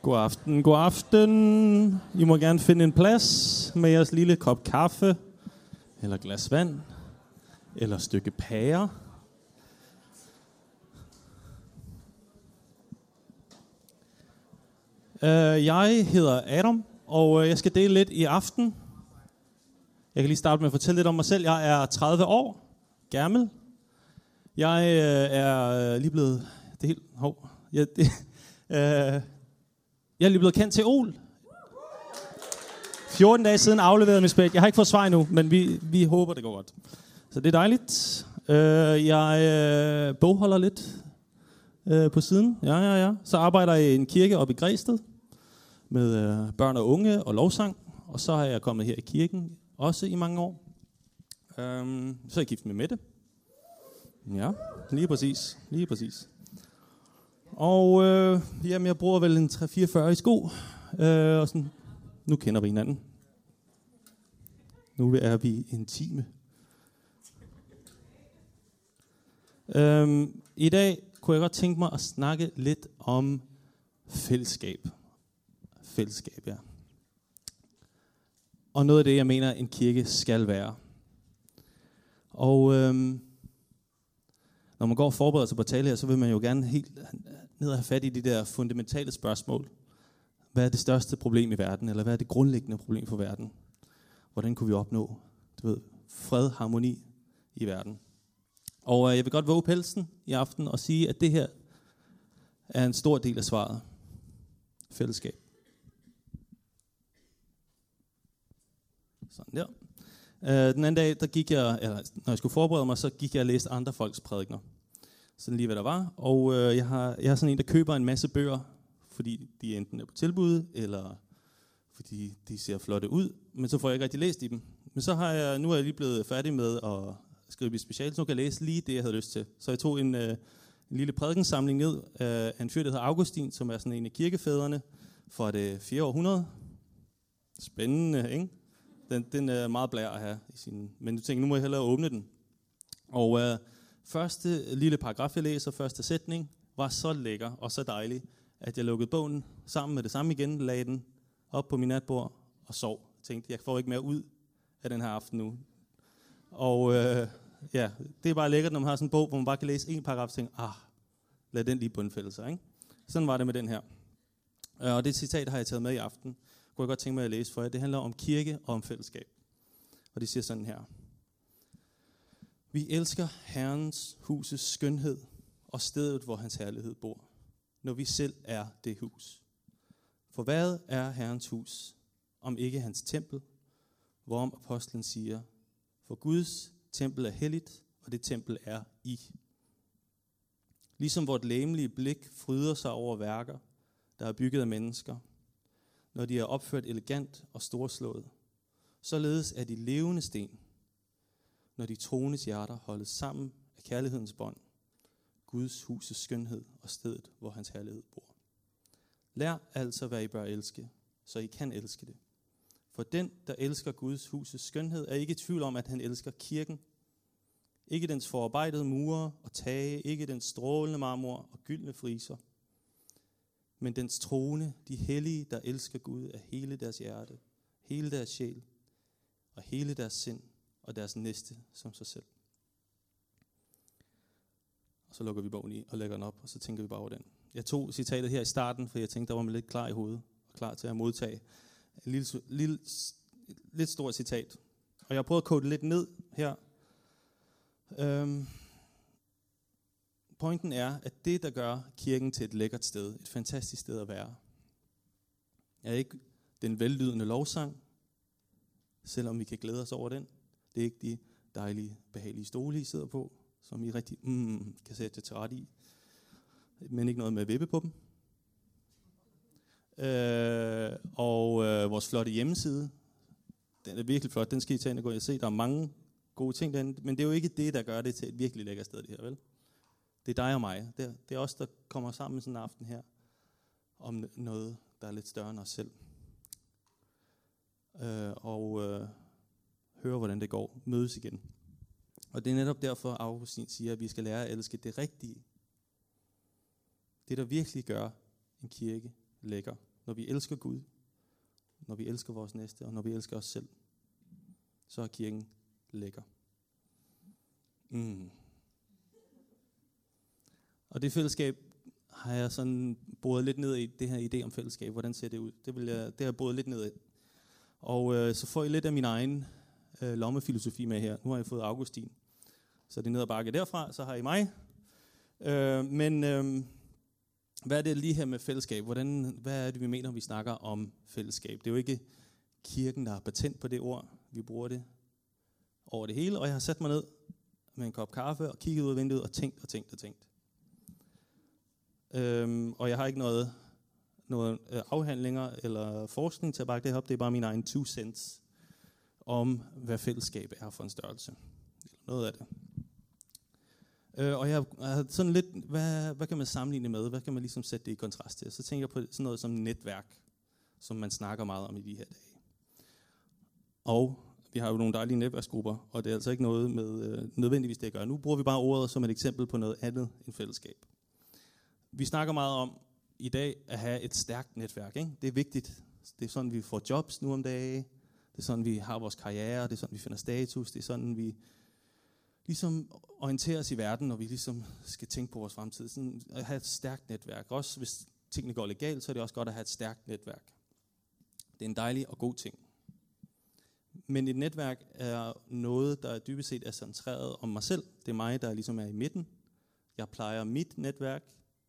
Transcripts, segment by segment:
God aften, god aften. I må gerne finde en plads med jeres lille kop kaffe, eller glas vand, eller stykke pære. Jeg hedder Adam, og jeg skal dele lidt i aften. Jeg kan lige starte med at fortælle lidt om mig selv. Jeg er 30 år gammel. Jeg er lige blevet... Det er helt... Jeg er lige blevet kendt til OL. 14 dage siden afleverede mit spæk. Jeg har ikke fået svar endnu, men vi håber, det går godt. Så det er dejligt. Jeg bogholder lidt på siden. Ja. Så arbejder jeg i en kirke oppe i Græsted med børn og unge og lovsang. Og så har jeg kommet her i kirken også i mange år. Så er jeg gift med Mette. Ja, lige præcis. Og jeg bruger vel en 3-4-40 i sko. Og sådan, nu kender vi hinanden. Nu er vi intime. I dag kunne jeg godt tænke mig at snakke lidt om fællesskab. Fællesskab, ja. Og noget af det, jeg mener, en kirke skal være. Og når man går og forbereder sig på at tale her, så vil man jo gerne helt ned og have fat i de der fundamentale spørgsmål. Hvad er det største problem i verden? Eller hvad er det grundlæggende problem for verden? Hvordan kunne vi opnå, fred, harmoni i verden? Og jeg vil godt våge pelsen i aften og sige, at det her er en stor del af svaret. Fællesskab. Sådan der. Den anden dag, når jeg skulle forberede mig, så gik jeg og læste andre folks prædikener. Sådan lige hvad der var. Og jeg er sådan en, der køber en masse bøger, fordi de enten er på tilbud, eller fordi de ser flotte ud. Men så får jeg ikke rigtig læst i dem. Men så nu er jeg lige blevet færdig med at skrive i special, så nu kan jeg læse lige det, jeg havde lyst til. Så jeg tog en lille prædikensamling ned af en fyr, der hedder Augustin, som er sådan en af kirkefædrene fra det 4. århundrede. Spændende, ikke? Den er meget blær at have i sin... Men du tænker, nu må jeg hellere åbne den. Og første lille paragraf, jeg læser, første sætning, var så lækker og så dejlig, at jeg lukkede bogen sammen med det samme igen, lagde den op på min natbord og sov. Jeg tænkte, jeg får ikke mere ud af den her aften nu. Og det er bare lækkert, når man har sådan en bog, hvor man bare kan læse en paragraf og tænke, lad den lige bundfælde sig, ikke? Sådan var det med den her. Og det citat har jeg taget med i aften. Kunne jeg godt tænke mig at læse for jer. Det handler om kirke og om fællesskab. Og det siger sådan her. Vi elsker Herrens huses skønhed og stedet, hvor hans herlighed bor, når vi selv er det hus. For hvad er Herrens hus, om ikke hans tempel, hvorom apostlen siger, for Guds tempel er helligt, og det tempel er I. Ligesom vort legemlige blik fryder sig over værker, der er bygget af mennesker, når de er opført elegant og storslået, således er de levende sten, når de troendes hjerter holdes sammen af kærlighedens bånd, Guds huses skønhed og stedet, hvor hans herlighed bor. Lær altså, hvad I bør elske, så I kan elske det. For den, der elsker Guds huses skønhed, er ikke i tvivl om, at han elsker kirken. Ikke dens forarbejdede mure og tage, ikke dens strålende marmor og gyldne friser, men dens troende, de hellige, der elsker Gud af hele deres hjerte, hele deres sjæl og hele deres sind og deres næste som sig selv. Og så lukker vi bogen i og lægger den op, og så tænker vi bare over den. Jeg tog citatet her i starten, for jeg tænkte, der var man lidt klar i hovedet og klar til at modtage et lidt stort citat. Og jeg har prøvet at kode lidt ned her. Pointen er, at det, der gør kirken til et lækkert sted, et fantastisk sted at være, er ikke den vellydende lovsang, selvom vi kan glæde os over den. Det er ikke de dejlige, behagelige stole, I sidder på, som I rigtig kan sætte jer til ret i, men ikke noget med at vippe på dem. Vores flotte hjemmeside, den er virkelig flot, den skal I tage ind og gå og se. Der er mange gode ting derinde, men det er jo ikke det, der gør det til et virkelig lækkert sted, det her, vel? Det er dig og mig. Det er os, der kommer sammen sådan en aften her, om noget, der er lidt større end os selv. Høre, hvordan det går. Mødes igen. Og det er netop derfor, Augustin siger, at vi skal lære at elske det rigtige. Det, der virkelig gør en kirke lækker. når vi elsker Gud, når vi elsker vores næste, og når vi elsker os selv, så er kirken lækker. Og det fællesskab har jeg sådan boret lidt ned i, det her idé om fællesskab. Hvordan ser det ud? Det har jeg boret lidt ned i. Og så får I lidt af min egen lommefilosofi med her. Nu har jeg fået Augustin. Så det er ned ad bakke derfra, så har I mig. Hvad er det lige her med fællesskab? Hvad er det, vi mener, vi snakker om fællesskab? Det er jo ikke kirken, der har patent på det ord. Vi bruger det over det hele. Og jeg har sat mig ned med en kop kaffe og kigget ud af vinduet og tænkt. Og jeg har ikke noget afhandlinger eller forskning til at bakke det her op. Det er bare min egen 2 cents om, hvad fællesskab er for en størrelse. Noget af det. Og jeg har sådan lidt, hvad kan man sammenligne med? Hvad kan man ligesom sætte det i kontrast til? Så tænker jeg på sådan noget som netværk, som man snakker meget om i de her dage. Og vi har jo nogle dejlige netværksgrupper, og det er altså ikke noget med nødvendigvis det at gøre. Nu bruger vi bare ordet som et eksempel på noget andet end fællesskab. Vi snakker meget om i dag at have et stærkt netværk. Ikke? Det er vigtigt. Det er sådan, vi får jobs nu om dagen. Det er sådan, vi har vores karriere. Det er sådan, vi finder status. Det er sådan, vi ligesom orienterer os i verden, når vi ligesom skal tænke på vores fremtid. Sådan at have et stærkt netværk. Også hvis tingene går legalt, så er det også godt at have et stærkt netværk. Det er en dejlig og god ting. Men et netværk er noget, der dybest set er centreret om mig selv. Det er mig, der ligesom er i midten. Jeg plejer mit netværk.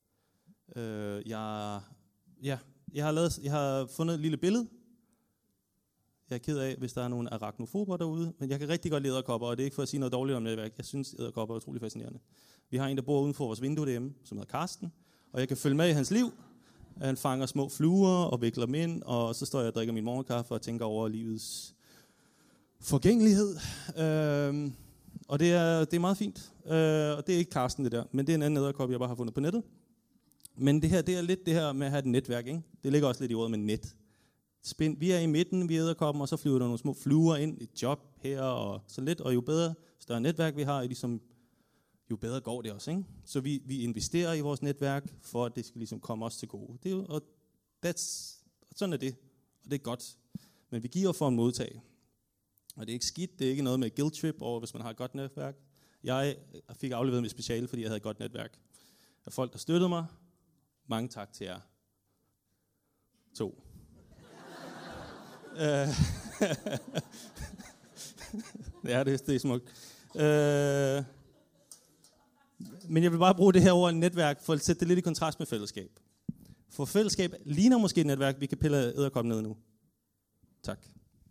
Jeg har fundet et lille billede. Jeg er ked af, hvis der er nogle arachnofober derude, men jeg kan rigtig godt lide edderkopper, og det er ikke for at sige noget dårligt om netværk. Jeg synes, edderkopper er utrolig fascinerende. Vi har en, der bor uden for vores vindue derhjemme, som hedder Karsten, og jeg kan følge med i hans liv. Han fanger små fluer og vikler dem ind, og så står jeg og drikker min morgenkaffe og tænker over livets forgængelighed. Og det er meget fint. Og det er ikke Karsten det der, men det er en anden edderkop, jeg bare har fundet på nettet. Men det her, det er lidt det her med at have et netværk, ikke? Det ligger også lidt i ordet med net. Vi er i midten, vi er edderkoppen, og så flyver der nogle små fluer ind, et job her og så lidt, og jo bedre, større netværk vi har, ligesom, jo bedre går det også, ikke? Så vi investerer i vores netværk, for at det skal ligesom komme os til gode. Det er jo, og sådan er det, og det er godt. Men vi giver for en modtag. Og det er ikke skidt, det er ikke noget med guilt trip over, hvis man har et godt netværk. Jeg fik afleveret mit speciale, fordi jeg havde et godt netværk. Af folk, der støttede mig. Mange tak til jer. 2. Ja, det er smukt. Men jeg vil bare bruge det her ord netværk, for at sætte det lidt i kontrast med fællesskab. For fællesskab ligner måske et netværk, vi kan pille edderkoppen ned nu. Tak.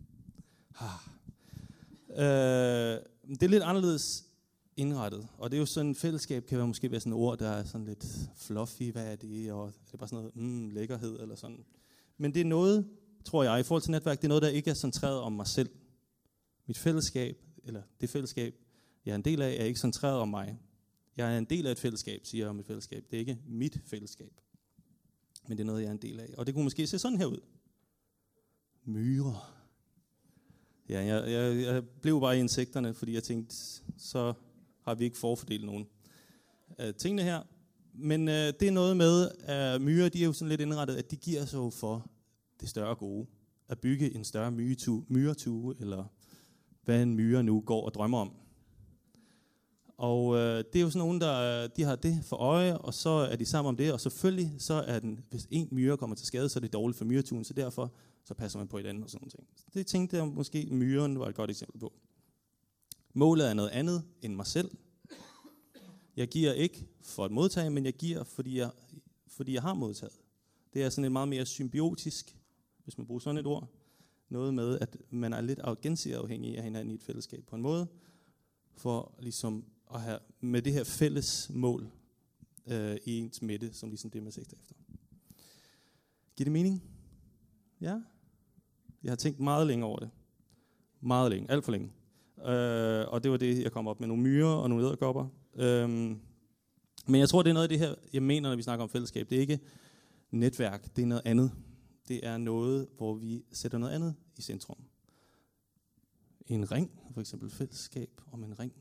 Det er lidt anderledes indrettet, og det er jo sådan, fællesskab kan måske være sådan et ord, der er sådan lidt fluffy, hvad er det, og det er bare sådan noget lækkerhed eller sådan. Men det er noget, tror jeg, i forhold til netværk, det er noget, der ikke er centreret om mig selv. Mit fællesskab, eller det fællesskab, jeg er en del af, er ikke centreret om mig. Jeg er en del af et fællesskab, siger jeg om et fællesskab. Det er ikke mit fællesskab, men det er noget, jeg er en del af. Og det kunne måske se sådan her ud. Myrer. Ja, jeg blev bare i insekterne, fordi jeg tænkte, så har vi ikke forfordelt nogen tingene her. Men det er noget med, at myrer, de er jo sådan lidt indrettet, at de giver sig for det større gode. At bygge en større myretue, eller hvad en myre nu går og drømmer om. Og det er jo sådan nogen, de har det for øje, og så er de sammen om det, og selvfølgelig så er hvis en myre kommer til skade, så er det dårligt for myretuen, så derfor så passer man på et andet og sådan noget. Det tænkte jeg måske, myren var et godt eksempel på. Målet er noget andet end mig selv. Jeg giver ikke for at modtage, men jeg giver, fordi jeg har modtaget. Det er sådan et meget mere symbiotisk, hvis man bruger sådan et ord, noget med, at man er lidt gensidigt afhængig af hinanden i et fællesskab på en måde, for ligesom at have med det her fælles mål i ens midte, som ligesom det, man sigter efter. Giver det mening? Ja? Jeg har tænkt meget længe over det. Meget længe, alt for længe. Og det var det, jeg kom op med nogle myrer og nogle edderkopper. Men jeg tror, det er noget af det her, jeg mener, når vi snakker om fællesskab. Det er ikke netværk, det er noget andet. Det er noget, hvor vi sætter noget andet i centrum. En ring, for eksempel fællesskab om en ring.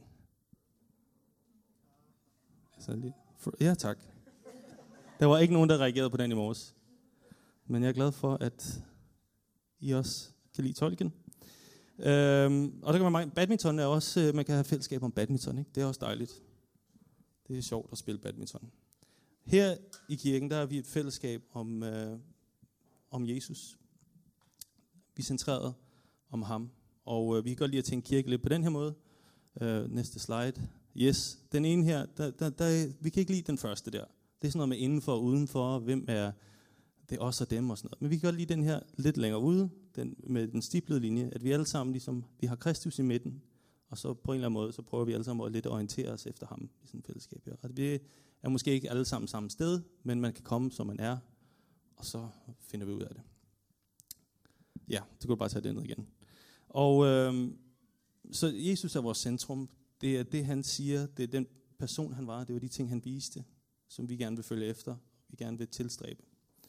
Ja, tak. Der var ikke nogen, der reagerede på den i morges. Men jeg er glad for, at I også kan lide tolken. Og der kan man badminton er også, man kan have fællesskab om badminton, ikke? Det er også dejligt. Det er sjovt at spille badminton. Her i kirken, der er vi et fællesskab om Jesus. Vi er centreret om ham. Og vi kan godt lide at tænke kirke lidt på den her måde. Næste slide. Yes, den ene her, vi kan ikke lide den første der. Det er sådan noget med indenfor og udenfor, hvem er det os og dem og sådan noget. Men vi kan godt lide den her lidt længere ude, med den stiplede linje, at vi alle sammen ligesom, vi har Kristus i midten, og så på en eller anden måde, så prøver vi alle sammen at lidt orientere os efter ham i sådan et fællesskab her. Og vi er måske ikke alle sammen samme sted, men man kan komme, som man er, og så finder vi ud af det. Ja, så kan du bare tage det ned igen. Og så Jesus er vores centrum. Det er det, han siger. Det er den person, han var. Det var de ting, han viste, som vi gerne vil følge efter. Vi gerne vil tilstræbe.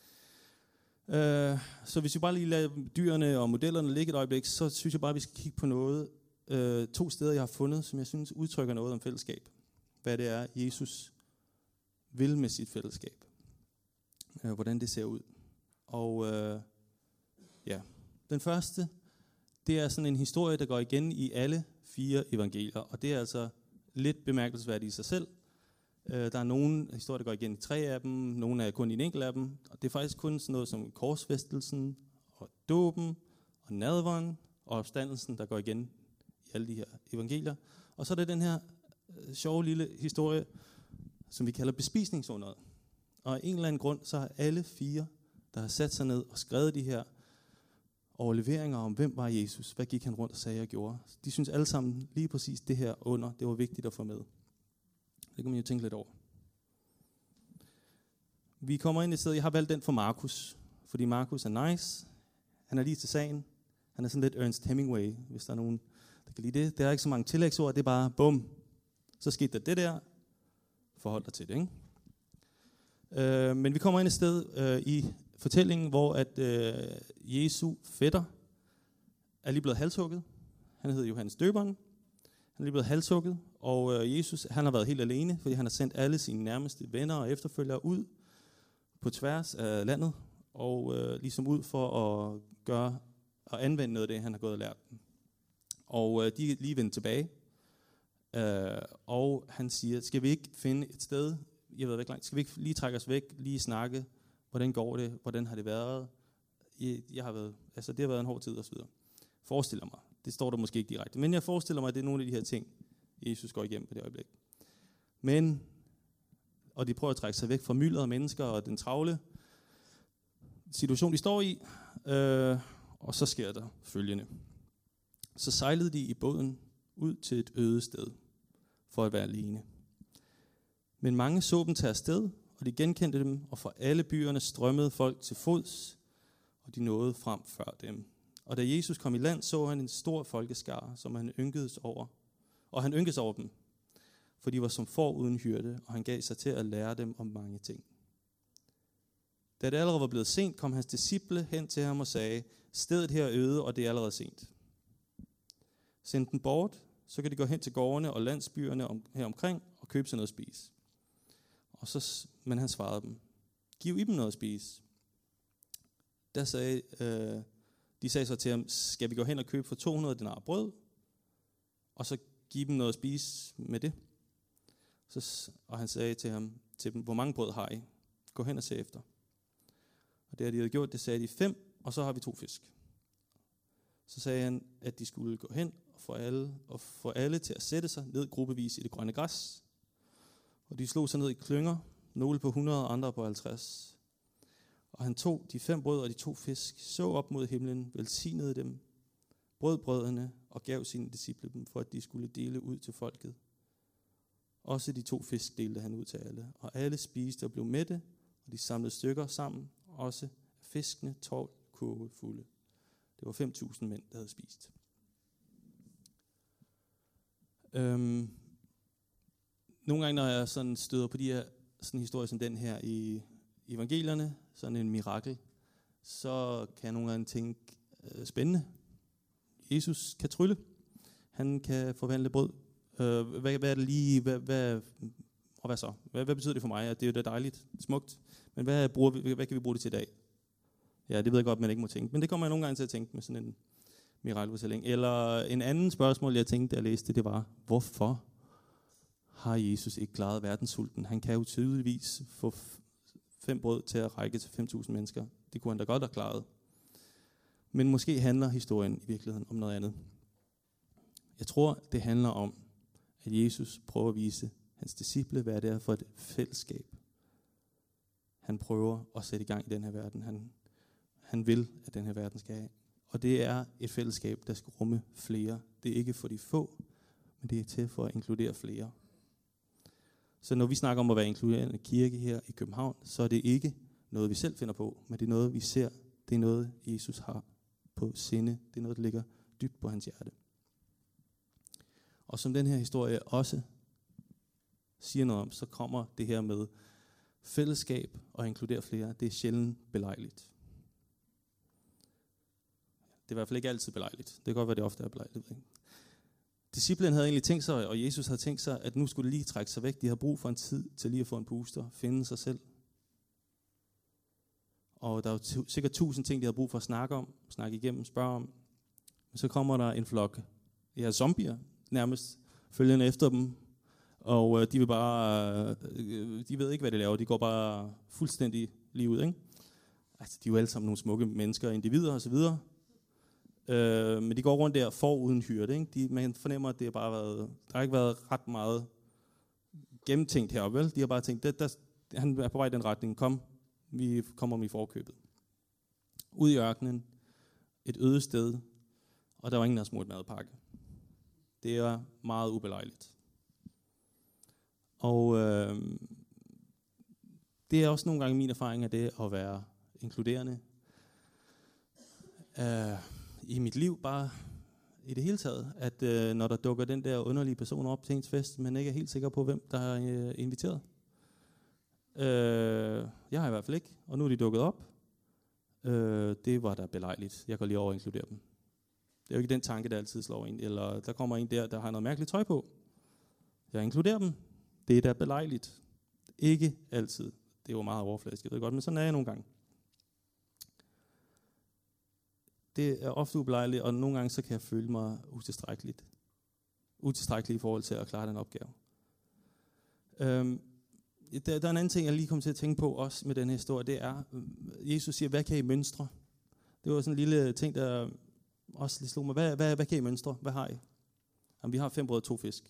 Så hvis vi bare lige lader dyrene og modellerne ligge et øjeblik, så synes jeg bare, vi skal kigge på noget. 2 steder, jeg har fundet, som jeg synes udtrykker noget om fællesskab. Hvad det er, Jesus vil med sit fællesskab. Hvordan det ser ud. Og ja, den første, det er sådan en historie, der går igen i alle 4 evangelier. Og det er altså lidt bemærkelsesværdigt i sig selv. Der er nogle historier, der går igen i 3 af dem. Nogle er kun i en enkelt af dem. Og det er faktisk kun sådan noget som korsfæstelsen, og dåben, og nadveren, og opstandelsen, der går igen i alle de her evangelier. Og så er der den her sjove lille historie, som vi kalder bespisningsunderet. Og af en eller anden grund, så har alle 4, der har sat sig ned og skrevet de her overleveringer om, hvem var Jesus, hvad gik han rundt og sagde og gjorde. De synes alle sammen lige præcis det her under, det var vigtigt at få med. Det kan man jo tænke lidt over. Vi kommer ind et sted, jeg har valgt den for Markus, fordi Markus er nice, han er lige til sagen, han er sådan lidt Ernest Hemingway, hvis der er nogen, der kan lide det. Der er ikke så mange tillægsord, det er bare bum, så skete der det der, forhold dig til det, ikke? Men vi kommer ind et sted i fortællingen, hvor at Jesu fætter er lige blevet halshugget. Han hedder Johannes Døberen. Han er lige blevet halshugget, og Jesus han har været helt alene, fordi han har sendt alle sine nærmeste venner og efterfølgere ud på tværs af landet, og ligesom ud for at gøre og anvende noget af det, han har gået og lært dem. Og de er lige vendt tilbage, og han siger, skal vi ikke finde et sted, jeg ved ikke langt, skal vi ikke lige trække os væk, lige snakke, hvordan går det, hvordan har det været, det har været en hård tid osv. Forestiller mig, det står der måske ikke direkte, men jeg forestiller mig, at det er nogle af de her ting, Jesus går igennem på det øjeblik. Og de prøver at trække sig væk fra myldrede mennesker og den travle situation, de står i, og så sker der følgende. Så sejlede de i båden ud til et øde sted, for at være alene. Men mange så dem tage afsted, og de genkendte dem, og fra alle byerne strømmede folk til fods, og de nåede frem før dem. Og da Jesus kom i land, så han en stor folkeskare, som han ynkedes over. Og han ynkedes over dem, for de var som får uden hyrde, og han gav sig til at lære dem om mange ting. Da det allerede var blevet sent, kom hans disciple hen til ham og sagde, stedet her er øde, og det er allerede sent. Send dem bort, så kan de gå hen til gårdene og landsbyerne her omkring og købe sig noget at spise. Men han svarede dem, giv i dem noget at spise. De sagde så til ham, skal vi gå hen og købe for 200 denar brød, og så give dem noget at spise med det? Og han sagde til dem, hvor mange brød har I? Gå hen og se efter. Og det de havde gjort, det sagde de 5, og så har vi 2 fisk. Så sagde han, at de skulle gå hen og få alle til at sætte sig ned gruppevis i det grønne græs. Og de slog sig ned i klynger, nogle på 100 og andre på 50. Og han tog de 5 brød og de 2 fisk, så op mod himlen, velsignede dem, brød brødene og gav sine disciple dem, for at de skulle dele ud til folket. Også de 2 fisk delte han ud til alle, og alle spiste og blev mætte, og de samlede stykker sammen, også fiskene 12 kurve fulde. Det var 5.000 mænd, der havde spist. Nogle gange, når jeg sådan støder på de her sådan historier som den her i evangelierne, sådan en mirakel, så kan jeg nogle gange tænke, spændende. Jesus kan trylle. Han kan forvandle brød. Hvad er det lige? Og hvad så? Hvad betyder det for mig? Det er jo da dejligt, smukt. Men hvad kan vi bruge det til i dag? Ja, det ved jeg godt, man ikke må tænke. Men det kommer jeg nogle gange til at tænke med sådan en mirakelfortælling. Eller en anden spørgsmål, jeg tænkte, da jeg læste det var, hvorfor har Jesus ikke klaret verdenssulten? Han kan jo tydeligvis få 5 brød til at række til 5.000 mennesker. Det kunne han da godt have klaret. Men måske handler historien i virkeligheden om noget andet. Jeg tror, det handler om, at Jesus prøver at vise hans disciple, hvad det er for et fællesskab. Han prøver at sætte i gang i den her verden. Han vil, at den her verden skal have. Og det er et fællesskab, der skal rumme flere. Det er ikke for de få, men det er til for at inkludere flere. Så når vi snakker om at være inkluderende kirke her i København, så er det ikke noget, vi selv finder på, men det er noget, vi ser. Det er noget, Jesus har på sinde. Det er noget, der ligger dybt på hans hjerte. Og som den her historie også siger noget om, så kommer det her med fællesskab og inkludere flere. Det er sjældent belejligt. Det er i hvert fald ikke altid belejligt. Det kan godt være, det ofte er belejligt. Disciplen havde egentlig tænkt sig, og Jesus havde tænkt sig, at nu skulle de lige trække sig væk. De havde brug for en tid til lige at få en puster, finde sig selv. Og der er jo sikkert 1000 ting, de havde brug for at snakke igennem, spørge om. Men så kommer der en flok zombier, nærmest følgende efter dem. Og de ved ikke, hvad de laver. De går bare fuldstændig lige ud, ikke? Altså, de er jo alle sammen nogle smukke mennesker, individer og så videre. Men de går rundt der for uden hyrde, ikke? Man fornemmer, at det der har ikke været ret meget gennemtænkt heroppe, vel? De har bare tænkt, han er på vej i den retning, kom, vi kommer i forkøbet. Ud i ørkenen, et øde sted, og der var ingen, der havde smurt madpakke. Det er meget ubelejligt. Og det er også nogle gange min erfaring af det at være inkluderende i mit liv, bare i det hele taget, at når der dukker den der underlige person op til ens fest, men ikke er helt sikker på, hvem der har inviteret. Jeg har i hvert fald ikke, og nu er de dukket op. Det var da belejligt. Jeg går lige over og inkluderer dem. Det er jo ikke den tanke, der altid slår en. Eller der kommer en der har noget mærkeligt tøj på. Jeg inkluderer dem. Det er da belejligt. Ikke altid. Det er jo meget overfladisk, jeg ved godt, men sådan er jeg nogle gange. Det er ofte ubelejligt, og nogle gange så kan jeg føle mig utilstrækkelig i forhold til at klare den opgave. Der er en anden ting, jeg lige kom til at tænke på også med den her historie, det er, Jesus siger, hvad kan I mønstre? Det var sådan en lille ting, der også lige slog mig. Hvad kan I mønstre? Hvad har I? Jamen, vi har 5 brød og 2 fisk.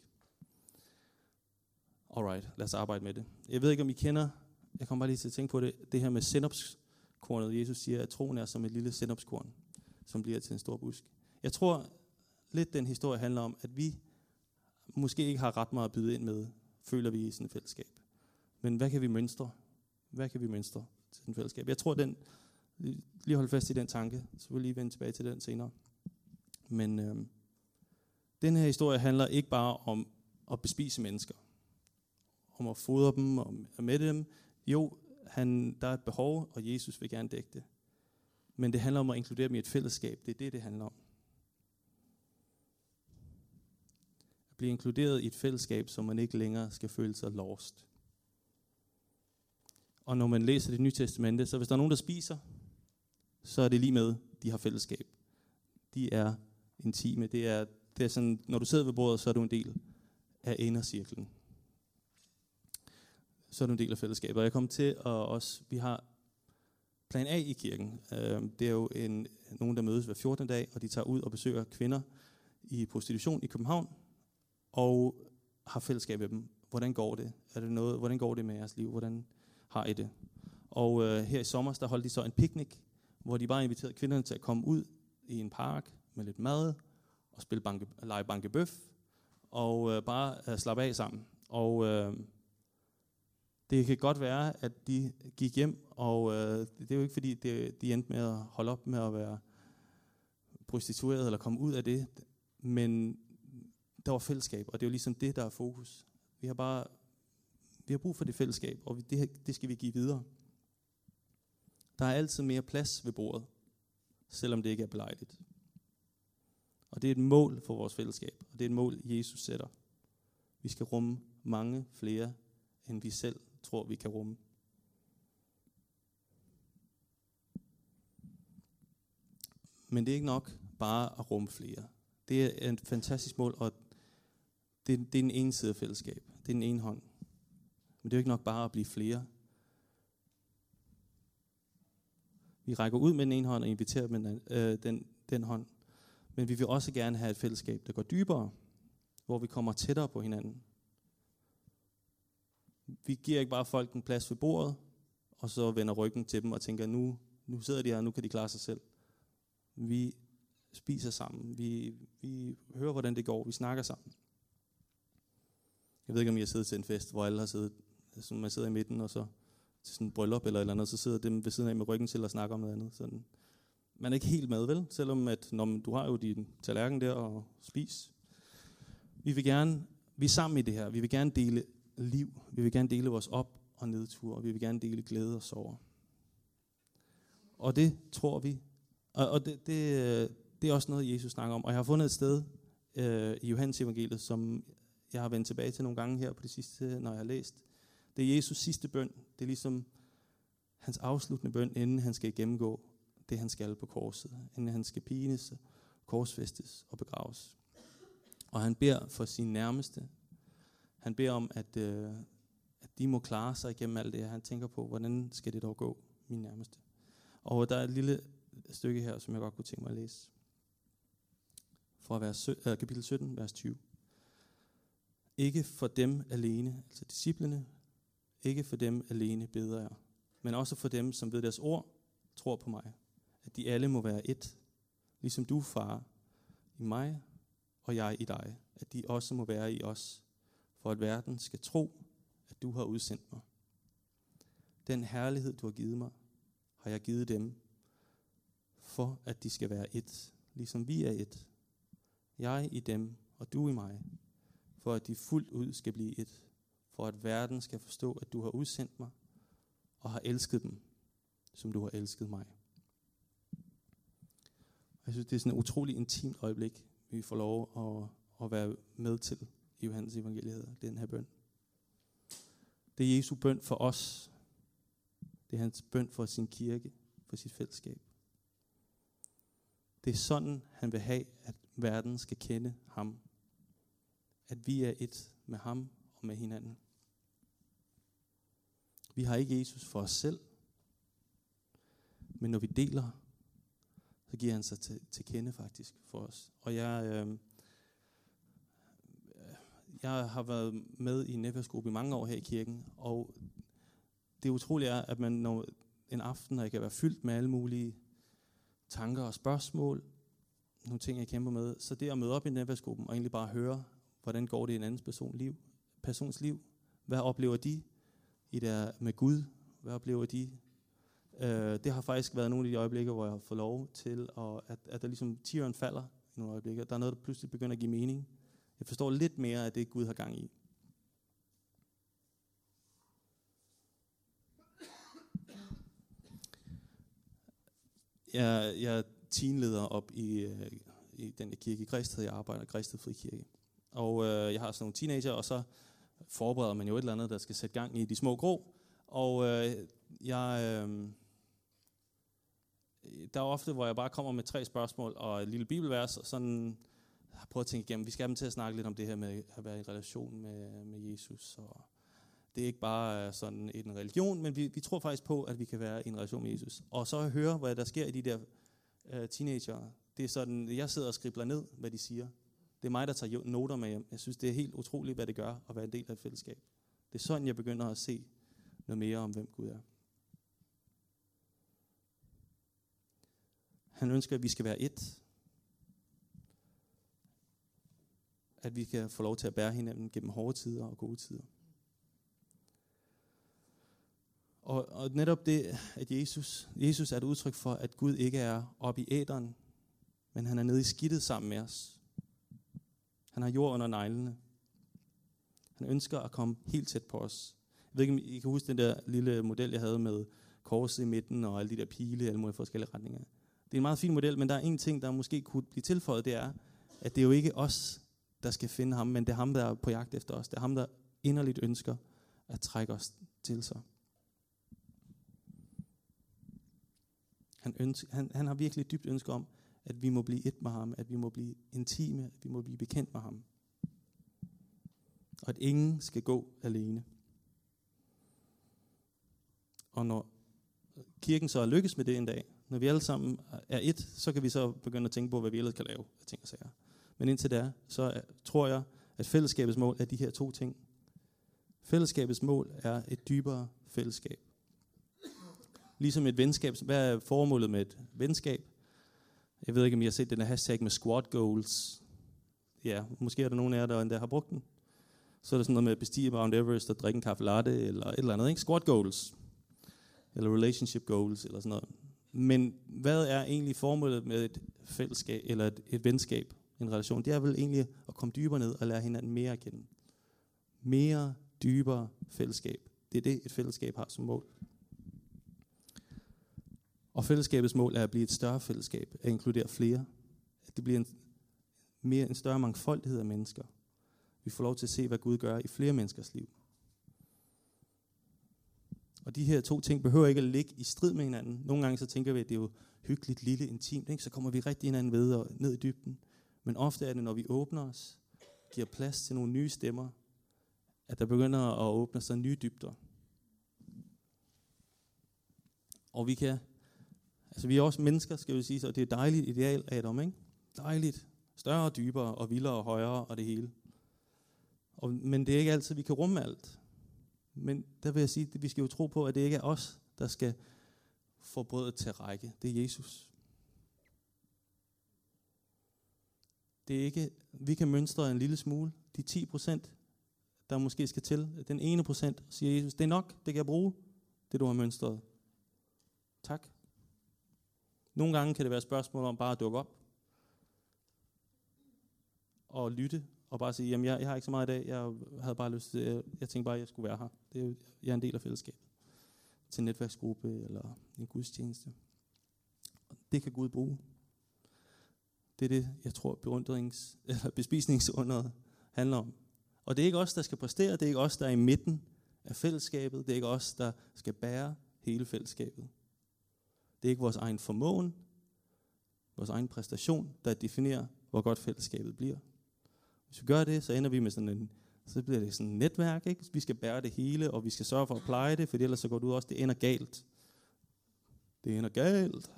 Alright, lad os arbejde med det. Jeg ved ikke, om I kender, jeg kommer bare lige til at tænke på det her med sennepskornet. Jesus siger, at troen er som et lille sennepskorn, som bliver til en stor busk. Jeg tror lidt, den historie handler om, at vi måske ikke har ret meget at byde ind med, føler vi i sådan et fællesskab. Men hvad kan vi mønstre? Hvad kan vi mønstre til den fællesskab? Jeg tror, lige holde fast i den tanke, så vil jeg lige vende tilbage til den senere. Men den her historie handler ikke bare om at bespise mennesker, om at fodre dem, om at mætte dem. Jo, der er et behov, og Jesus vil gerne dække det. Men det handler om at inkludere dem i et fællesskab. Det er det handler om. At blive inkluderet i et fællesskab, så man ikke længere skal føle sig lost. Og når man læser det nye testamente, så hvis der er nogen, der spiser, så er det lige med, de har fællesskab. De er intime. Det er sådan, når du sidder ved bordet, så er du en del af indercirklen. Så er du en del af fællesskabet. Og jeg kommer til at også, vi har plan A i kirken. Det er jo nogen, der mødes hver 14. dag, og de tager ud og besøger kvinder i prostitution i København, og har fællesskab med dem. Hvordan går det? Hvordan går det med jeres liv? Hvordan har I det? Og her i sommer, der holdt de så en picnic, hvor de bare inviterede kvinderne til at komme ud i en park med lidt mad, og lege bankebøf, og bare slappe af sammen. Og det kan godt være, at de gik hjem, og det er jo ikke fordi, de endte med at holde op med at være prostitueret, eller komme ud af det, men der var fællesskab, og det er jo ligesom det, der er fokus. Vi har brug for det fællesskab, og det skal vi give videre. Der er altid mere plads ved bordet, selvom det ikke er belejligt. Og det er et mål for vores fællesskab, og det er et mål, Jesus sætter. Vi skal rumme mange flere, end vi selv tror, vi kan rumme. Men det er ikke nok bare at rumme flere. Det er et fantastisk mål, og det er en ene side af fællesskab. Det er den ene hånd. Men det er jo ikke nok bare at blive flere. Vi rækker ud med den ene hånd og inviterer med den hånd. Men vi vil også gerne have et fællesskab, der går dybere, hvor vi kommer tættere på hinanden. Vi giver ikke bare folk en plads ved bordet, og så vender ryggen til dem og tænker, nu sidder de her, nu kan de klare sig selv. Vi spiser sammen, vi hører, hvordan det går, vi snakker sammen. Jeg ved ikke, om I har siddet til en fest, hvor alle har siddet, så man sidder i midten, og så til sådan en bryllup eller et eller andet, så sidder dem ved siden af med ryggen til at snakke om noget andet. Sådan. Man er ikke helt med, vel? Selvom at, du har jo din tallerken der og spis. Vi er sammen i det her. Vi vil gerne dele liv. Vi vil gerne dele vores op- og nedtur, og vi vil gerne dele glæde og sorg. Og det tror vi. Og det er også noget, Jesus snakker om. Og jeg har fundet et sted i Johannes evangeliet, som jeg har vendt tilbage til nogle gange her på det sidste, når jeg har læst. Det er Jesus' sidste bøn. Det er ligesom hans afsluttende bøn, inden han skal gennemgå det, han skal på korset. Inden han skal pines, korsfæstes og begraves. Og han beder for sine nærmeste. Han beder om, at de må klare sig igennem alt det. Han tænker på, hvordan skal det dog gå, mine nærmeste. Og der er et lille stykke her, som jeg godt kunne tænke mig at læse. Fra kapitel 17, vers 20. Ikke for dem alene, altså disciplene, ikke for dem alene beder jeg, men også for dem, som ved deres ord tror på mig, at de alle må være ét, ligesom du, far, i mig, og jeg i dig, at de også må være i os, for at verden skal tro, at du har udsendt mig. Den herlighed, du har givet mig, har jeg givet dem, for at de skal være ét, ligesom vi er ét. Jeg i dem, og du i mig, for at de fuldt ud skal blive ét, for at verden skal forstå, at du har udsendt mig, og har elsket dem, som du har elsket mig. Jeg synes, det er sådan et utroligt intimt øjeblik, vi får lov at være med til i Johannes evangeliet, den her bøn. Det er Jesu bøn for os. Det er hans bøn for sin kirke, for sit fællesskab. Det er sådan, han vil have, at verden skal kende ham. At vi er et med ham og med hinanden. Vi har ikke Jesus for os selv, men når vi deler, så giver han sig til kende faktisk for os. Og jeg har været med i en netværksgruppe i mange år her i kirken, og det utrolige er, at man når en aften, når jeg kan være fyldt med alle mulige tanker og spørgsmål, nogle ting, jeg kæmper med, så det at møde op i netværksgruppen og egentlig bare høre, hvordan går det i en anden persons liv, hvad oplever de i der med Gud, hvad oplever de? Det har faktisk været nogle af de øjeblikke, hvor jeg har fået lov til, at der ligesom tieren falder i nogle øjeblikke. Der er noget, der pludselig begynder at give mening. Jeg forstår lidt mere af det, Gud har gang i. Jeg er teamleder op i den kirke i Græsted. Jeg arbejder i Græsted Frikirke. Og jeg har sådan nogle teenager, og så forbereder man jo et eller andet, der skal sætte gang i de små grå. Og der er ofte, hvor jeg bare kommer med 3 spørgsmål og et lille bibelvers, og sådan har prøvet at tænke igennem. Vi skal have dem til at snakke lidt om det her med at være i relation med Jesus. Og det er ikke bare sådan en religion, men vi tror faktisk på, at vi kan være i en relation med Jesus. Og så at høre, hvad der sker i de der teenager. Det er sådan, jeg sidder og skribler ned, hvad de siger. Det er mig, der tager noter med hjem. Jeg synes, det er helt utroligt, hvad det gør at være en del af et fællesskab. Det er sådan, jeg begynder at se noget mere om, hvem Gud er. Han ønsker, at vi skal være ét. At vi kan få lov til at bære hinanden gennem hårde tider og gode tider. Og netop det, at Jesus er et udtryk for, at Gud ikke er oppe i æteren, men han er nede i skidtet sammen med os. Han har jord under neglene. Han ønsker at komme helt tæt på os. Jeg ved ikke, om I kan huske den der lille model, jeg havde med korset i midten og alle de der pile i alle mulige forskellige retninger. Det er en meget fin model, men der er en ting, der måske kunne blive tilføjet, det er, at det er jo ikke os, der skal finde ham, men det er ham, der er på jagt efter os. Det er ham, der inderligt ønsker at trække os til sig. Han har virkelig et dybt ønske om, At vi må blive et med ham, at vi må blive intime, at vi må blive bekendt med ham. Og at ingen skal gå alene. Og når kirken så er lykkes med det en dag, når vi alle sammen er et, så kan vi så begynde at tænke på, hvad vi ellers kan lave af ting og sager. Men indtil da, så tror jeg, at fællesskabets mål er de her to ting. Fællesskabets mål er et dybere fællesskab. Ligesom et venskab. Hvad er formålet med et venskab? Jeg ved ikke, om I har set den her hashtag med squad goals. Ja, måske er der nogen af jer, der endda har brugt den. Så er der sådan noget med at bestige Mount Everest og drikke en kaffe latte, eller et eller andet, ikke? Squad goals. Eller relationship goals, eller sådan noget. Men hvad er egentlig formålet med et fællesskab, eller et venskab, en relation? Det er vel egentlig at komme dybere ned og lære hinanden mere at kende. Mere dybere fællesskab. Det er det, et fællesskab har som mål. Og fællesskabets mål er at blive et større fællesskab, at inkludere flere. At det bliver en større mangfoldighed af mennesker. Vi får lov til at se, hvad Gud gør i flere menneskers liv. Og de her to ting behøver ikke at ligge i strid med hinanden. Nogle gange så tænker vi, at det er jo hyggeligt, lille, intimt, ikke? Så kommer vi rigtig hinanden ved og ned i dybden. Men ofte er det, når vi åbner os, giver plads til nogle nye stemmer, at der begynder at åbne sig nye dybder. Og vi er også mennesker, skal vi sige, og det er et dejligt ideal, Adam, ikke? Dejligt, større, dybere og vildere og højere og det hele. Men det er ikke altid, vi kan rumme alt. Men der vil jeg sige, at vi skal jo tro på, at det ikke er os, der skal få brødet til at række. Det er Jesus. Det er ikke, vi kan mønstre en lille smule. De 10%, der måske skal til, den ene procent, siger Jesus, det er nok, det kan jeg bruge, det du har mønstret. Tak. Nogle gange kan det være et spørgsmål om bare at dukke op og lytte og bare sige, jamen jeg har ikke så meget i dag, jeg havde bare lyst til, jeg tænkte bare, at jeg skulle være her. Jeg er en del af fællesskabet. Til en netværksgruppe eller en gudstjeneste. Det kan Gud bruge. Det er det, jeg tror, bespisningsunderet handler om. Og det er ikke os, der skal præstere, det er ikke os, der er i midten af fællesskabet, det er ikke os, der skal bære hele fællesskabet. Det er ikke vores egen formåen, vores egen præstation, der definerer, hvor godt fællesskabet bliver. Hvis vi gør det, så ender vi med så bliver det sådan et netværk, ikke? Vi skal bære det hele, og vi skal sørge for at pleje det, for ellers så går det ud også, det ender galt. Det ender galt.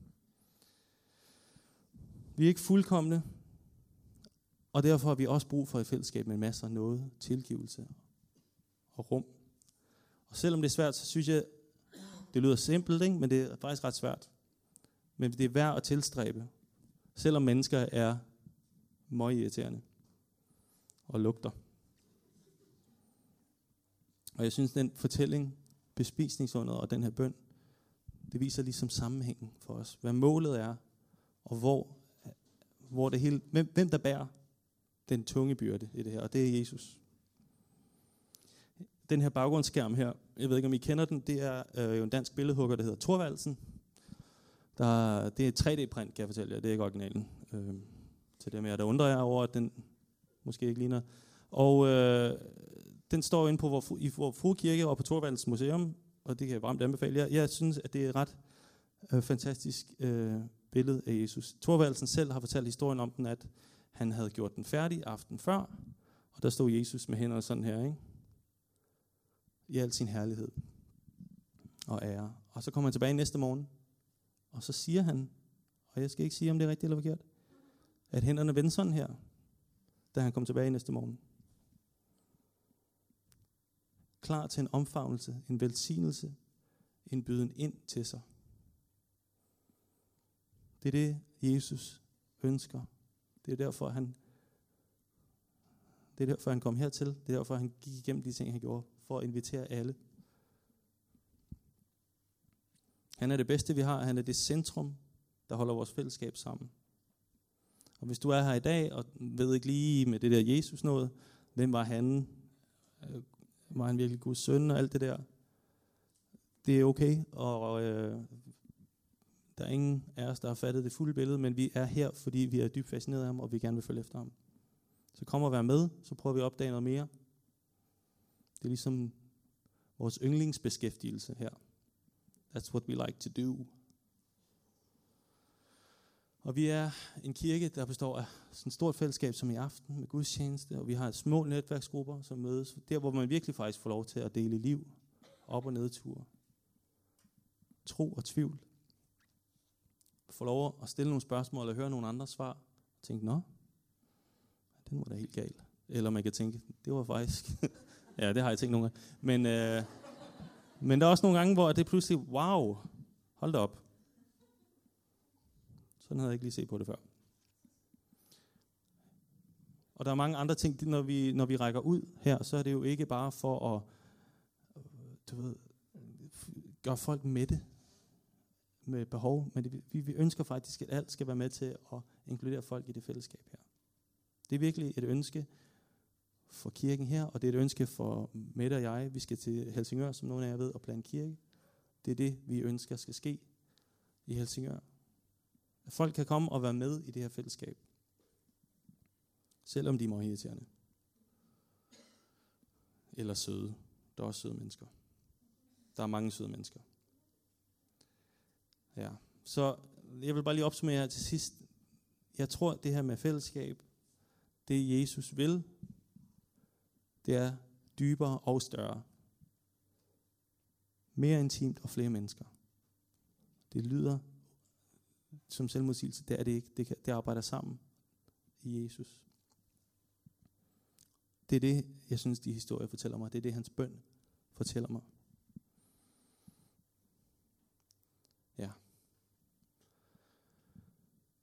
Vi er ikke fuldkomne, og derfor har vi også brug for et fællesskab med masser af noget, tilgivelse og rum. Og selvom det er svært, så synes jeg, det lyder simpelt, ikke? Men det er faktisk ret svært. Men det er værd at tilstræbe, selvom mennesker er møgirriterende og lugter. Og jeg synes, den fortælling, bespisningsunderet og den her bøn, det viser ligesom sammenhængen for os. Hvad målet er, og hvor det hele, hvem der bærer den tunge byrde i det her, og det er Jesus. Den her baggrundsskærm her, jeg ved ikke om I kender den, det er jo en dansk billedhugger, der hedder Thorvaldsen. Det er et 3D-print, kan jeg fortælle jer, det er ikke originalen. Til dem her, der undrer jeg over, at den måske ikke ligner. Og den står inde på Vor Frue Kirke og på Thorvaldsens Museum, og det kan jeg varmt anbefale. Jeg synes, at det er et ret fantastisk billede af Jesus. Thorvaldsen selv har fortalt historien om den, at han havde gjort den færdig aften før, og der stod Jesus med hænderne sådan her, ikke? I al sin herlighed og ære. Og så kommer han tilbage næste morgen, og så siger han, og jeg skal ikke sige, om det er rigtigt eller forkert, at hænderne vendte sådan her, da han kom tilbage næste morgen. Klar til en omfavnelse, en velsignelse, en byden ind til sig. Det er det, Jesus ønsker. Det er derfor, han kom hertil. Det er derfor, han gik igennem de ting, han gjorde, for at invitere alle. Han er det bedste, vi har. Han er det centrum, der holder vores fællesskab sammen. Og hvis du er her i dag, og ved ikke lige med det der Jesus noget, hvem var han? Var han virkelig Guds søn og alt det der? Det er okay, og der er ingen af os, der har fattet det fulde billede, men vi er her, fordi vi er dybt fascineret af ham, og vi gerne vil følge efter ham. Så kom og vær med, så prøver vi at opdage noget mere. Det er ligesom vores yndlingsbeskæftigelse her. That's what we like to do. Og vi er en kirke, der består af sådan et stort fællesskab som i aften med gudstjeneste, og vi har små netværksgrupper, som mødes. Der, hvor man virkelig faktisk får lov til at dele liv, op- og nedture, tro og tvivl. Få lov at stille nogle spørgsmål, eller høre nogle andre svar, og tænke, nå, den var da helt galt. Eller man kan tænke, det var faktisk, ja, det har jeg tænkt nogle gange. Men der er også nogle gange, hvor det pludselig, wow, hold da op. Sådan havde jeg ikke lige set på det før. Og der er mange andre ting, når vi rækker ud her, så er det jo ikke bare for at gøre folk mætte med behov, men vi ønsker faktisk, at alt skal være med til at inkludere folk i det fællesskab her. Det er virkelig et ønske for kirken her, og det er et ønske for Mette og jeg. Vi skal til Helsingør, som nogle af jer ved, og plante kirke. Det er det, vi ønsker skal ske i Helsingør. At folk kan komme og være med i det her fællesskab. Selvom de er meget irriterende. Eller søde. Der er også søde mennesker. Der er mange søde mennesker. Ja. Så jeg vil bare lige opsummere her til sidst. Jeg tror, det her med fællesskab, det Jesus vil, det er dybere og større. Mere intimt og flere mennesker. Det lyder som selvmodsigelse, det er det ikke. Det arbejder sammen i Jesus. Det er det, jeg synes, de historier fortæller mig. Det er det, hans bøn fortæller mig. Ja.